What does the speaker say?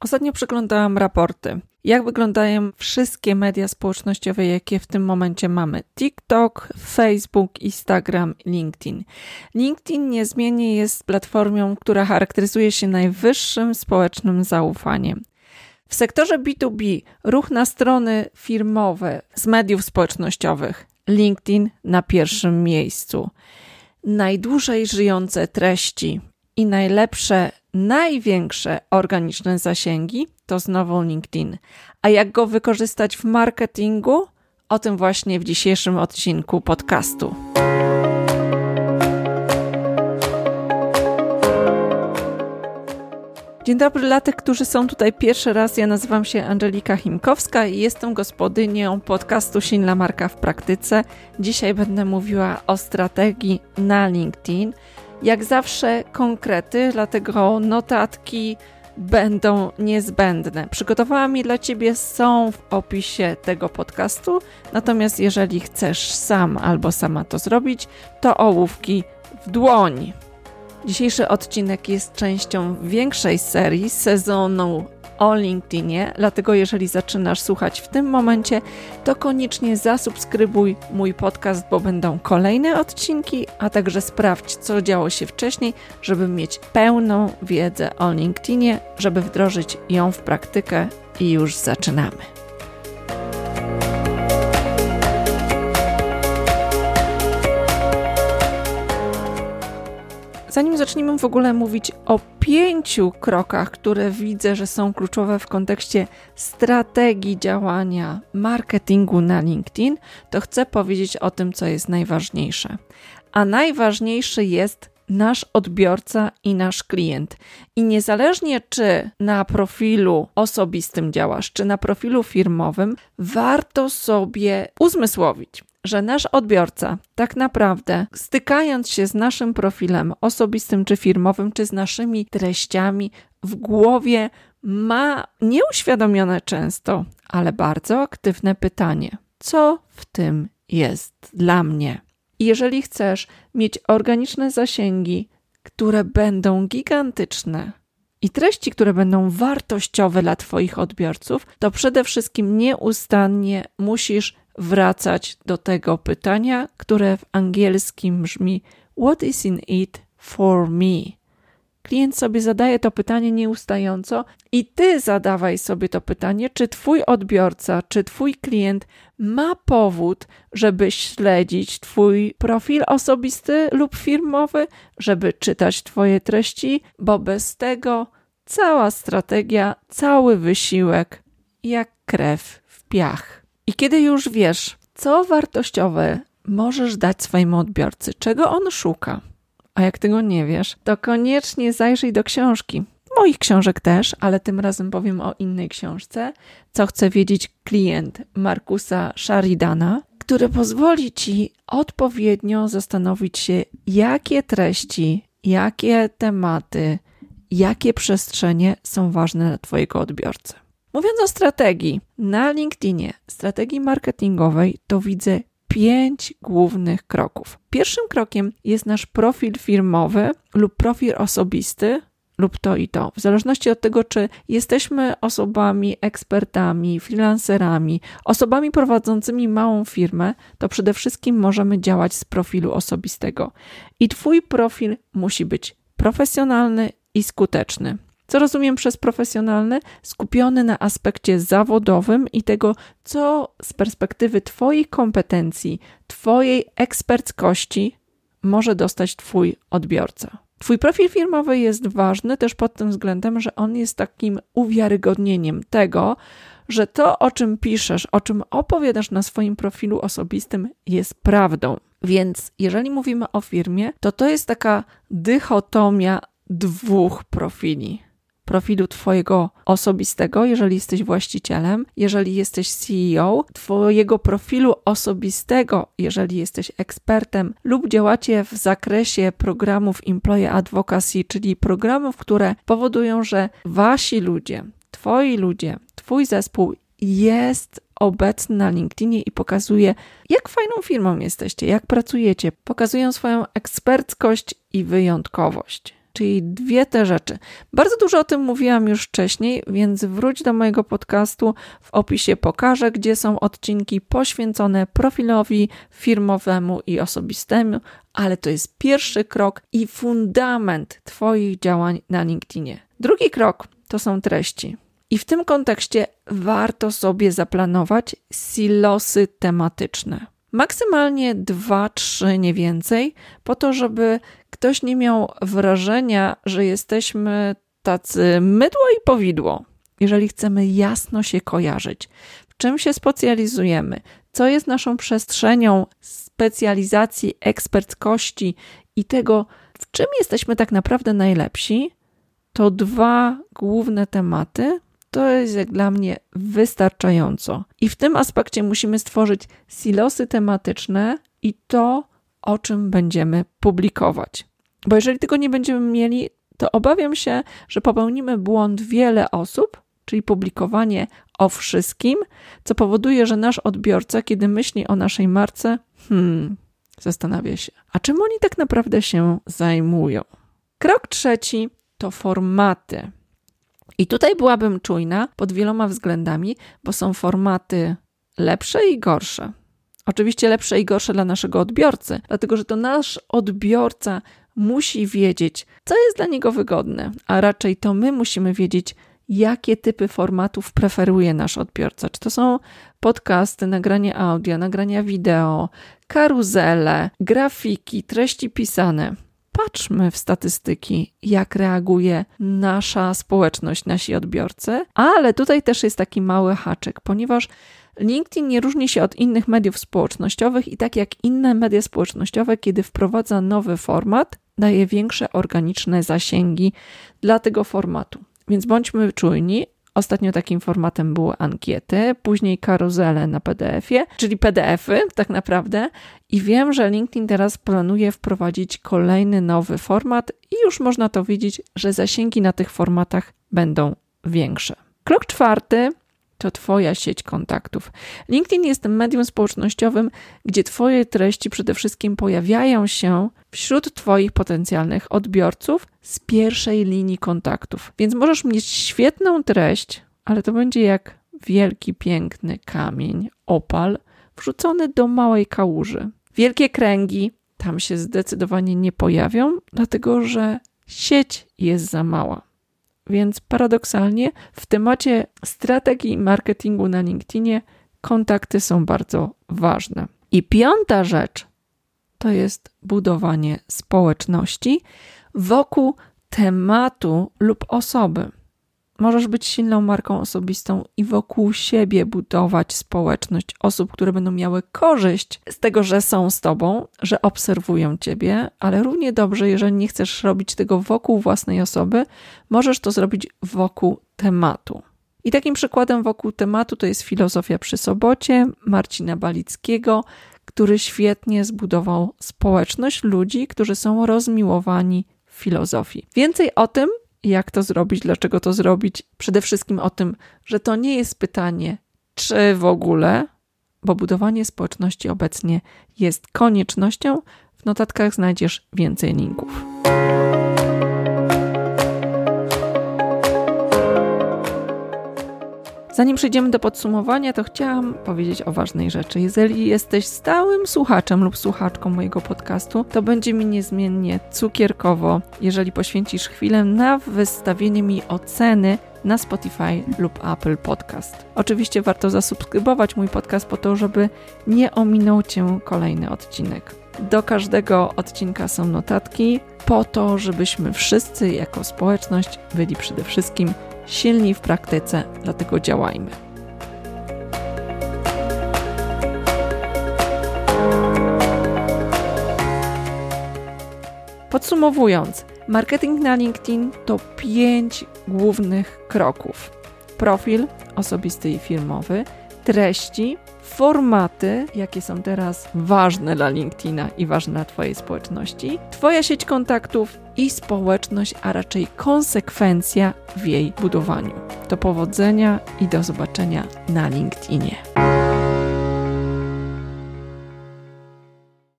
Ostatnio przeglądałam raporty. Jak wyglądają wszystkie media społecznościowe, jakie w tym momencie mamy? TikTok, Facebook, Instagram, LinkedIn. LinkedIn niezmiennie jest platformą, która charakteryzuje się najwyższym społecznym zaufaniem. W sektorze B2B ruch na strony firmowe z mediów społecznościowych. LinkedIn na pierwszym miejscu. Najdłużej żyjące treści i największe organiczne zasięgi to znowu LinkedIn. A jak go wykorzystać w marketingu? O tym właśnie w dzisiejszym odcinku podcastu. Dzień dobry dla tych, którzy są tutaj pierwszy raz. Ja nazywam się Angelika Chimkowska i jestem gospodynią podcastu Silna Marka w Praktyce. Dzisiaj będę mówiła o strategii na LinkedIn. Jak zawsze konkrety, dlatego notatki będą niezbędne. Przygotowałam je dla Ciebie, są w opisie tego podcastu, natomiast jeżeli chcesz sam albo sama to zrobić, to ołówki w dłoń. Dzisiejszy odcinek jest częścią większej serii sezonu o LinkedInie, dlatego jeżeli zaczynasz słuchać w tym momencie, to koniecznie zasubskrybuj mój podcast, bo będą kolejne odcinki, a także sprawdź, co działo się wcześniej, żeby mieć pełną wiedzę o LinkedInie, żeby wdrożyć ją w praktykę i już zaczynamy. Zanim zaczniemy w ogóle mówić o 5 krokach, które widzę, że są kluczowe w kontekście strategii działania marketingu na LinkedIn, to chcę powiedzieć o tym, co jest najważniejsze. A najważniejszy jest nasz odbiorca i nasz klient. I niezależnie czy na profilu osobistym działasz, czy na profilu firmowym, warto sobie uzmysłowić, że nasz odbiorca tak naprawdę, stykając się z naszym profilem osobistym czy firmowym, czy z naszymi treściami w głowie, ma nieuświadomione często, ale bardzo aktywne pytanie: co w tym jest dla mnie? I jeżeli chcesz mieć organiczne zasięgi, które będą gigantyczne i treści, które będą wartościowe dla Twoich odbiorców, to przede wszystkim nieustannie musisz wracać do tego pytania, które w angielskim brzmi "What is in it for me?" Klient sobie zadaje to pytanie nieustająco i Ty zadawaj sobie to pytanie, czy Twój odbiorca, czy Twój klient ma powód, żeby śledzić Twój profil osobisty lub firmowy, żeby czytać Twoje treści, bo bez tego cała strategia, cały wysiłek jak krew w piach. I kiedy już wiesz, co wartościowe możesz dać swojemu odbiorcy, czego on szuka, a jak tego nie wiesz, to koniecznie zajrzyj do książki. Moich książek też, ale tym razem powiem o innej książce, Co chce wiedzieć klient Marcusa Sheridana, który pozwoli Ci odpowiednio zastanowić się, jakie treści, jakie tematy, jakie przestrzenie są ważne dla Twojego odbiorcy. Mówiąc o strategii na LinkedInie, strategii marketingowej, to widzę 5 głównych kroków. Pierwszym krokiem jest nasz profil firmowy lub profil osobisty lub to i to. W zależności od tego, czy jesteśmy osobami, ekspertami, freelancerami, osobami prowadzącymi małą firmę, to przede wszystkim możemy działać z profilu osobistego. I Twój profil musi być profesjonalny i skuteczny. Co rozumiem przez profesjonalny? Skupiony na aspekcie zawodowym i tego, co z perspektywy Twoich kompetencji, Twojej eksperckości może dostać Twój odbiorca. Twój profil firmowy jest ważny też pod tym względem, że on jest takim uwiarygodnieniem tego, że to, o czym piszesz, o czym opowiadasz na swoim profilu osobistym, jest prawdą. Więc jeżeli mówimy o firmie, to jest taka dychotomia 2 profili. Profilu Twojego osobistego, jeżeli jesteś właścicielem, jeżeli jesteś CEO, Twojego profilu osobistego, jeżeli jesteś ekspertem lub działacie w zakresie programów Employee Advocacy, czyli programów, które powodują, że Wasi ludzie, Twoi ludzie, Twój zespół jest obecny na LinkedInie i pokazuje, jak fajną firmą jesteście, jak pracujecie, pokazują swoją eksperckość i wyjątkowość. Czyli 2 te rzeczy. Bardzo dużo o tym mówiłam już wcześniej, więc wróć do mojego podcastu. W opisie pokażę, gdzie są odcinki poświęcone profilowi firmowemu i osobistemu, ale to jest pierwszy krok i fundament Twoich działań na LinkedInie. Drugi krok to są treści. I w tym kontekście warto sobie zaplanować silosy tematyczne. Maksymalnie 2-3, nie więcej, po to, żeby ktoś nie miał wrażenia, że jesteśmy tacy mydło i powidło. Jeżeli chcemy jasno się kojarzyć, w czym się specjalizujemy, co jest naszą przestrzenią specjalizacji, eksperckości i tego, w czym jesteśmy tak naprawdę najlepsi, to 2 główne tematy to jest jak dla mnie wystarczająco. I w tym aspekcie musimy stworzyć silosy tematyczne i to, o czym będziemy publikować. Bo jeżeli tego nie będziemy mieli, to obawiam się, że popełnimy błąd wiele osób, czyli publikowanie o wszystkim, co powoduje, że nasz odbiorca, kiedy myśli o naszej marce, zastanawia się, a czym oni tak naprawdę się zajmują? Krok 3 to formaty. I tutaj byłabym czujna pod wieloma względami, bo są formaty lepsze i gorsze. Oczywiście lepsze i gorsze dla naszego odbiorcy, dlatego że to nasz odbiorca musi wiedzieć, co jest dla niego wygodne, a raczej to my musimy wiedzieć, jakie typy formatów preferuje nasz odbiorca. Czy to są podcasty, nagrania audio, nagrania wideo, karuzele, grafiki, treści pisane. Patrzmy w statystyki, jak reaguje nasza społeczność, nasi odbiorcy, ale tutaj też jest taki mały haczyk, ponieważ LinkedIn nie różni się od innych mediów społecznościowych i tak jak inne media społecznościowe, kiedy wprowadza nowy format, daje większe organiczne zasięgi dla tego formatu. Więc bądźmy czujni. Ostatnio takim formatem były ankiety, później karuzele na PDF-ie, czyli PDF-y tak naprawdę. I wiem, że LinkedIn teraz planuje wprowadzić kolejny nowy format i już można to widzieć, że zasięgi na tych formatach będą większe. Krok 4 to Twoja sieć kontaktów. LinkedIn jest medium społecznościowym, gdzie Twoje treści przede wszystkim pojawiają się wśród Twoich potencjalnych odbiorców z pierwszej linii kontaktów. Więc możesz mieć świetną treść, ale to będzie jak wielki, piękny kamień, opal, wrzucony do małej kałuży. Wielkie kręgi tam się zdecydowanie nie pojawią, dlatego że sieć jest za mała. Więc paradoksalnie w temacie strategii marketingu na LinkedInie kontakty są bardzo ważne. I 5. rzecz to jest budowanie społeczności wokół tematu lub osoby. Możesz być silną marką osobistą i wokół siebie budować społeczność osób, które będą miały korzyść z tego, że są z Tobą, że obserwują Ciebie, ale równie dobrze, jeżeli nie chcesz robić tego wokół własnej osoby, możesz to zrobić wokół tematu. I takim przykładem wokół tematu to jest Filozofia przy sobocie Marcina Balickiego, który świetnie zbudował społeczność ludzi, którzy są rozmiłowani w filozofii. Więcej o tym, jak to zrobić, dlaczego to zrobić. Przede wszystkim o tym, że to nie jest pytanie, czy w ogóle, bo budowanie społeczności obecnie jest koniecznością. W notatkach znajdziesz więcej linków. Zanim przejdziemy do podsumowania, to chciałam powiedzieć o ważnej rzeczy. Jeżeli jesteś stałym słuchaczem lub słuchaczką mojego podcastu, to będzie mi niezmiennie cukierkowo, jeżeli poświęcisz chwilę na wystawienie mi oceny na Spotify lub Apple Podcast. Oczywiście warto zasubskrybować mój podcast po to, żeby nie ominął Cię kolejny odcinek. Do każdego odcinka są notatki po to, żebyśmy wszyscy jako społeczność byli przede wszystkim silni w praktyce, dlatego działajmy. Podsumowując, marketing na LinkedIn to 5 głównych kroków. Profil osobisty i firmowy, treści, formaty, jakie są teraz ważne dla LinkedIna i ważne dla Twojej społeczności, Twoja sieć kontaktów i społeczność, a raczej konsekwencja w jej budowaniu. Do powodzenia i do zobaczenia na LinkedInie.